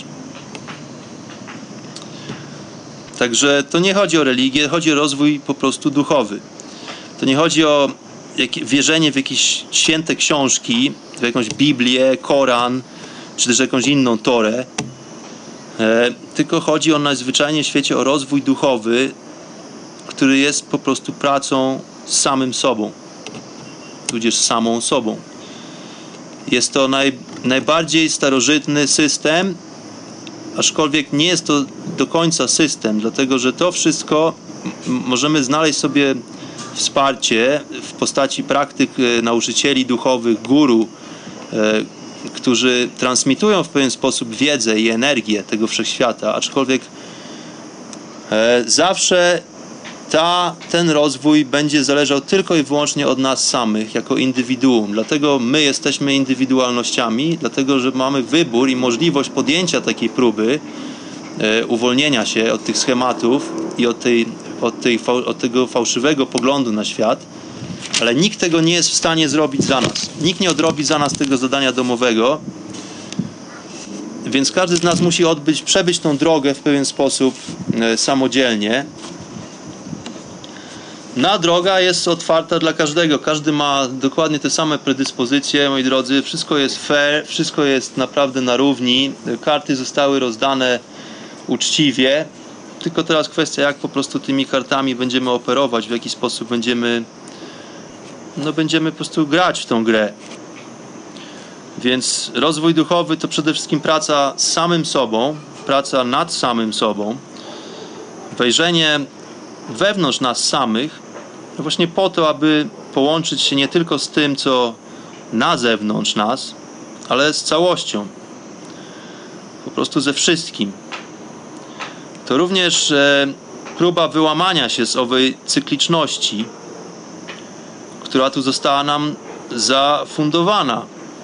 Także to nie chodzi o religię, chodzi o rozwój po prostu duchowy. To nie chodzi o wierzenie w jakieś święte książki, w jakąś Biblię, Koran, czy też jakąś inną Torę, tylko chodzi o najzwyczajniej w świecie o rozwój duchowy, który jest po prostu pracą z samym sobą, tudzież z samą sobą. Jest to najbardziej starożytny system, aczkolwiek nie jest to do końca system, dlatego że to wszystko możemy znaleźć sobie wsparcie w postaci praktyk nauczycieli duchowych, guru, którzy transmitują w pewien sposób wiedzę i energię tego wszechświata, aczkolwiek zawsze ten rozwój będzie zależał tylko i wyłącznie od nas samych, jako indywiduum. Dlatego my jesteśmy indywidualnościami, dlatego że mamy wybór i możliwość podjęcia takiej próby uwolnienia się od tych schematów i od tego fałszywego poglądu na świat, ale nikt tego nie jest w stanie zrobić za nas. Nikt nie odrobi za nas tego zadania domowego, więc każdy z nas musi przebyć tą drogę w pewien sposób samodzielnie. Droga jest otwarta dla każdego. Każdy ma dokładnie te same predyspozycje, moi drodzy. Wszystko jest fair, wszystko jest naprawdę na równi. Karty zostały rozdane uczciwie. Tylko teraz kwestia, jak po prostu tymi kartami będziemy operować, w jaki sposób będziemy po prostu grać w tą grę. Więc rozwój duchowy to przede wszystkim praca z samym sobą, praca nad samym sobą, wejrzenie wewnątrz nas samych, właśnie po to, aby połączyć się nie tylko z tym, co na zewnątrz nas, ale z całością. Po prostu ze wszystkim. To również próba wyłamania się z owej cykliczności, która tu została nam zafundowana.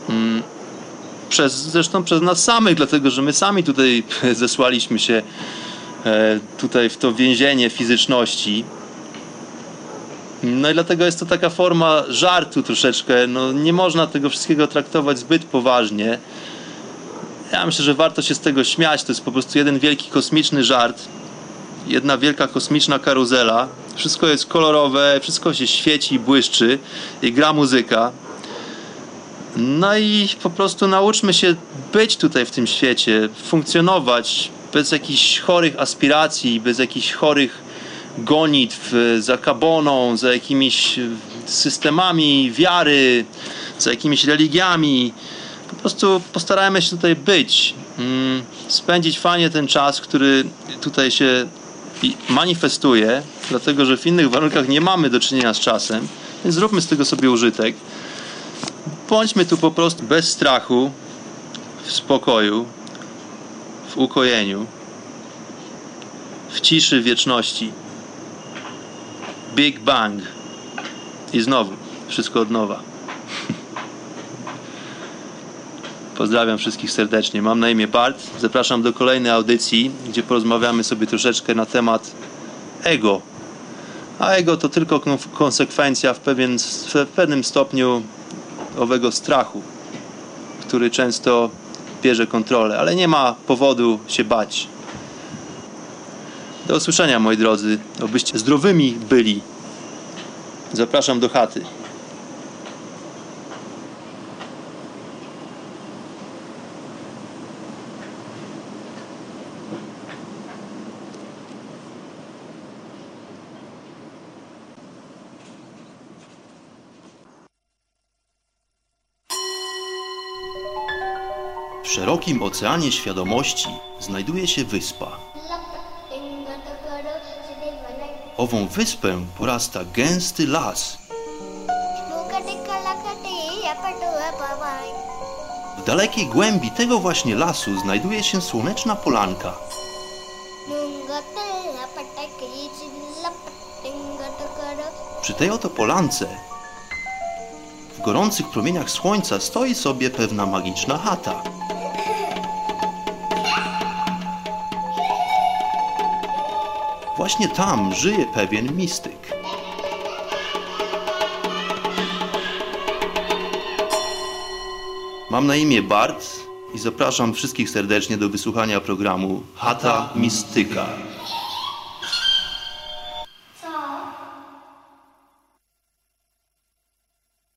Zresztą przez nas samych, dlatego że my sami tutaj zesłaliśmy się tutaj w to więzienie fizyczności. No i dlatego jest to taka forma żartu troszeczkę. No, nie można tego wszystkiego traktować zbyt poważnie. Ja myślę, że warto się z tego śmiać. To jest po prostu jeden wielki kosmiczny żart. Jedna wielka kosmiczna karuzela. Wszystko jest kolorowe, wszystko się świeci, błyszczy i gra muzyka. No i po prostu nauczmy się być tutaj w tym świecie, funkcjonować bez jakichś chorych aspiracji, bez jakichś chorych gonitw za kaboną, za jakimiś systemami wiary, za jakimiś religiami. Po prostu postarajmy się tutaj być, spędzić fajnie ten czas, który tutaj się manifestuje, dlatego że w innych warunkach nie mamy do czynienia z czasem, więc zróbmy z tego sobie użytek. Bądźmy tu po prostu bez strachu, w spokoju, w ukojeniu, w ciszy wieczności. Big Bang. I znowu, wszystko od nowa. Pozdrawiam wszystkich serdecznie. Mam na imię Bart. Zapraszam do kolejnej audycji, gdzie porozmawiamy sobie troszeczkę na temat ego. A ego to tylko konsekwencja w pewnym stopniu owego strachu, który często bierze kontrolę, ale nie ma powodu się bać. Do usłyszenia, moi drodzy. Obyście zdrowymi byli. Zapraszam do chaty. W szerokim oceanie świadomości znajduje się wyspa. Ową wyspę porasta gęsty las. W dalekiej głębi tego właśnie lasu znajduje się słoneczna polanka. Przy tej oto polance w gorących promieniach słońca stoi sobie pewna magiczna chata. Właśnie tam żyje pewien mistyk. Mam na imię Bart i zapraszam wszystkich serdecznie do wysłuchania programu Chata Mistyka.